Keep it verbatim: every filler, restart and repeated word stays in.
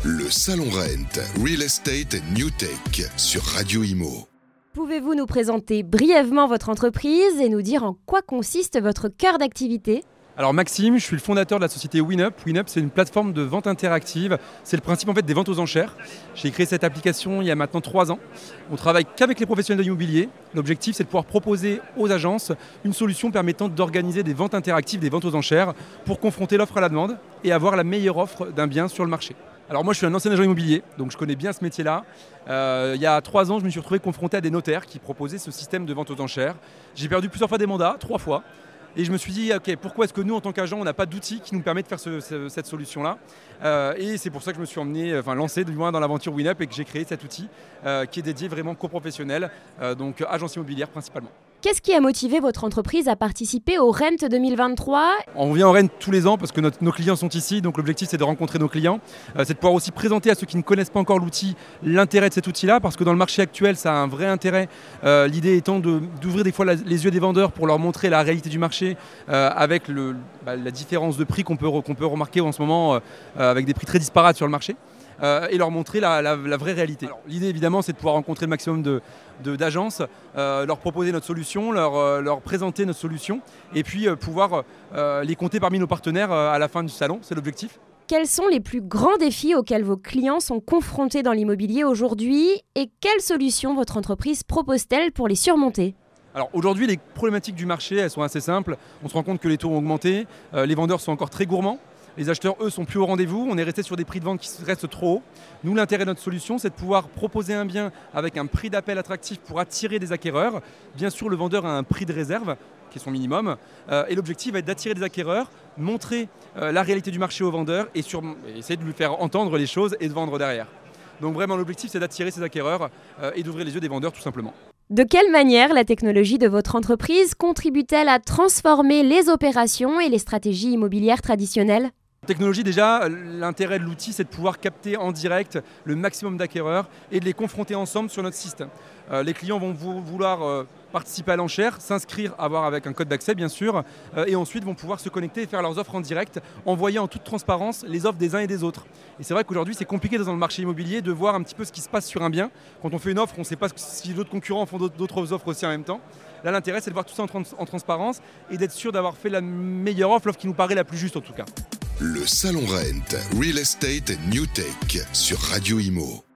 Le Salon Rent, Real Estate New Tech sur Radio Imo. Pouvez-vous nous présenter brièvement votre entreprise et nous dire en quoi consiste votre cœur d'activité ? Alors Maxime, je suis le fondateur de la société WinUp. WinUp, c'est une plateforme de vente interactive. C'est le principe en fait des ventes aux enchères. J'ai créé cette application il y a maintenant trois ans. On travaille qu'avec les professionnels de l'immobilier. L'objectif, c'est de pouvoir proposer aux agences une solution permettant d'organiser des ventes interactives, des ventes aux enchères, pour confronter l'offre à la demande et avoir la meilleure offre d'un bien sur le marché. Alors moi, je suis un ancien agent immobilier, donc je connais bien ce métier-là. Euh, il y a trois ans, je me suis retrouvé confronté à des notaires qui proposaient ce système de vente aux enchères. J'ai perdu plusieurs fois des mandats, trois fois. Et je me suis dit, ok, pourquoi est-ce que nous, en tant qu'agents, on n'a pas d'outils qui nous permettent de faire ce, ce, cette solution-là euh, Et c'est pour ça que je me suis emmené, enfin lancé du moins dans l'aventure WinUp et que j'ai créé cet outil euh, qui est dédié vraiment qu'aux professionnels, euh, donc agence immobilière principalement. Qu'est-ce qui a motivé votre entreprise à participer au Rent deux mille vingt-trois ? On vient au Rent tous les ans parce que notre, nos clients sont ici, donc l'objectif c'est de rencontrer nos clients. Euh, c'est de pouvoir aussi présenter à ceux qui ne connaissent pas encore l'outil l'intérêt de cet outil-là, parce que dans le marché actuel ça a un vrai intérêt. Euh, l'idée étant de, d'ouvrir des fois la, les yeux des vendeurs pour leur montrer la réalité du marché euh, avec le, bah, la différence de prix qu'on peut, qu'on peut remarquer en ce moment euh, avec des prix très disparates sur le marché. Euh, et leur montrer la, la, la vraie réalité. Alors, l'idée évidemment c'est de pouvoir rencontrer le maximum de, de, d'agences, euh, leur proposer notre solution, leur, euh, leur présenter notre solution et puis euh, pouvoir euh, les compter parmi nos partenaires euh, à la fin du salon, c'est l'objectif. Quels sont les plus grands défis auxquels vos clients sont confrontés dans l'immobilier aujourd'hui et quelles solutions votre entreprise propose-t-elle pour les surmonter ? Alors aujourd'hui les problématiques du marché elles sont assez simples, on se rend compte que les taux ont augmenté, euh, les vendeurs sont encore très gourmands. Les acheteurs, eux, sont plus au rendez-vous. On est resté sur des prix de vente qui restent trop hauts. Nous, l'intérêt de notre solution, c'est de pouvoir proposer un bien avec un prix d'appel attractif pour attirer des acquéreurs. Bien sûr, le vendeur a un prix de réserve, qui est son minimum. Euh, et l'objectif va être d'attirer des acquéreurs, montrer euh, la réalité du marché au vendeur et, sur, et essayer de lui faire entendre les choses et de vendre derrière. Donc vraiment, l'objectif, c'est d'attirer ces acquéreurs euh, et d'ouvrir les yeux des vendeurs, tout simplement. De quelle manière la technologie de votre entreprise contribue-t-elle à transformer les opérations et les stratégies immobilières traditionnelles ? Technologie, déjà, l'intérêt de l'outil, c'est de pouvoir capter en direct le maximum d'acquéreurs et de les confronter ensemble sur notre site. Euh, les clients vont vouloir euh, participer à l'enchère, s'inscrire, avoir avec un code d'accès bien sûr, euh, et ensuite vont pouvoir se connecter et faire leurs offres en direct, envoyer en toute transparence les offres des uns et des autres. Et c'est vrai qu'aujourd'hui, c'est compliqué dans le marché immobilier de voir un petit peu ce qui se passe sur un bien. Quand on fait une offre, on ne sait pas si d'autres concurrents font d'autres offres aussi en même temps. Là, l'intérêt, c'est de voir tout ça en, trans en transparence et d'être sûr d'avoir fait la meilleure offre, l'offre qui nous paraît la plus juste en tout cas. Le Salon Rent, Real Estate New Tech sur Radio Imo.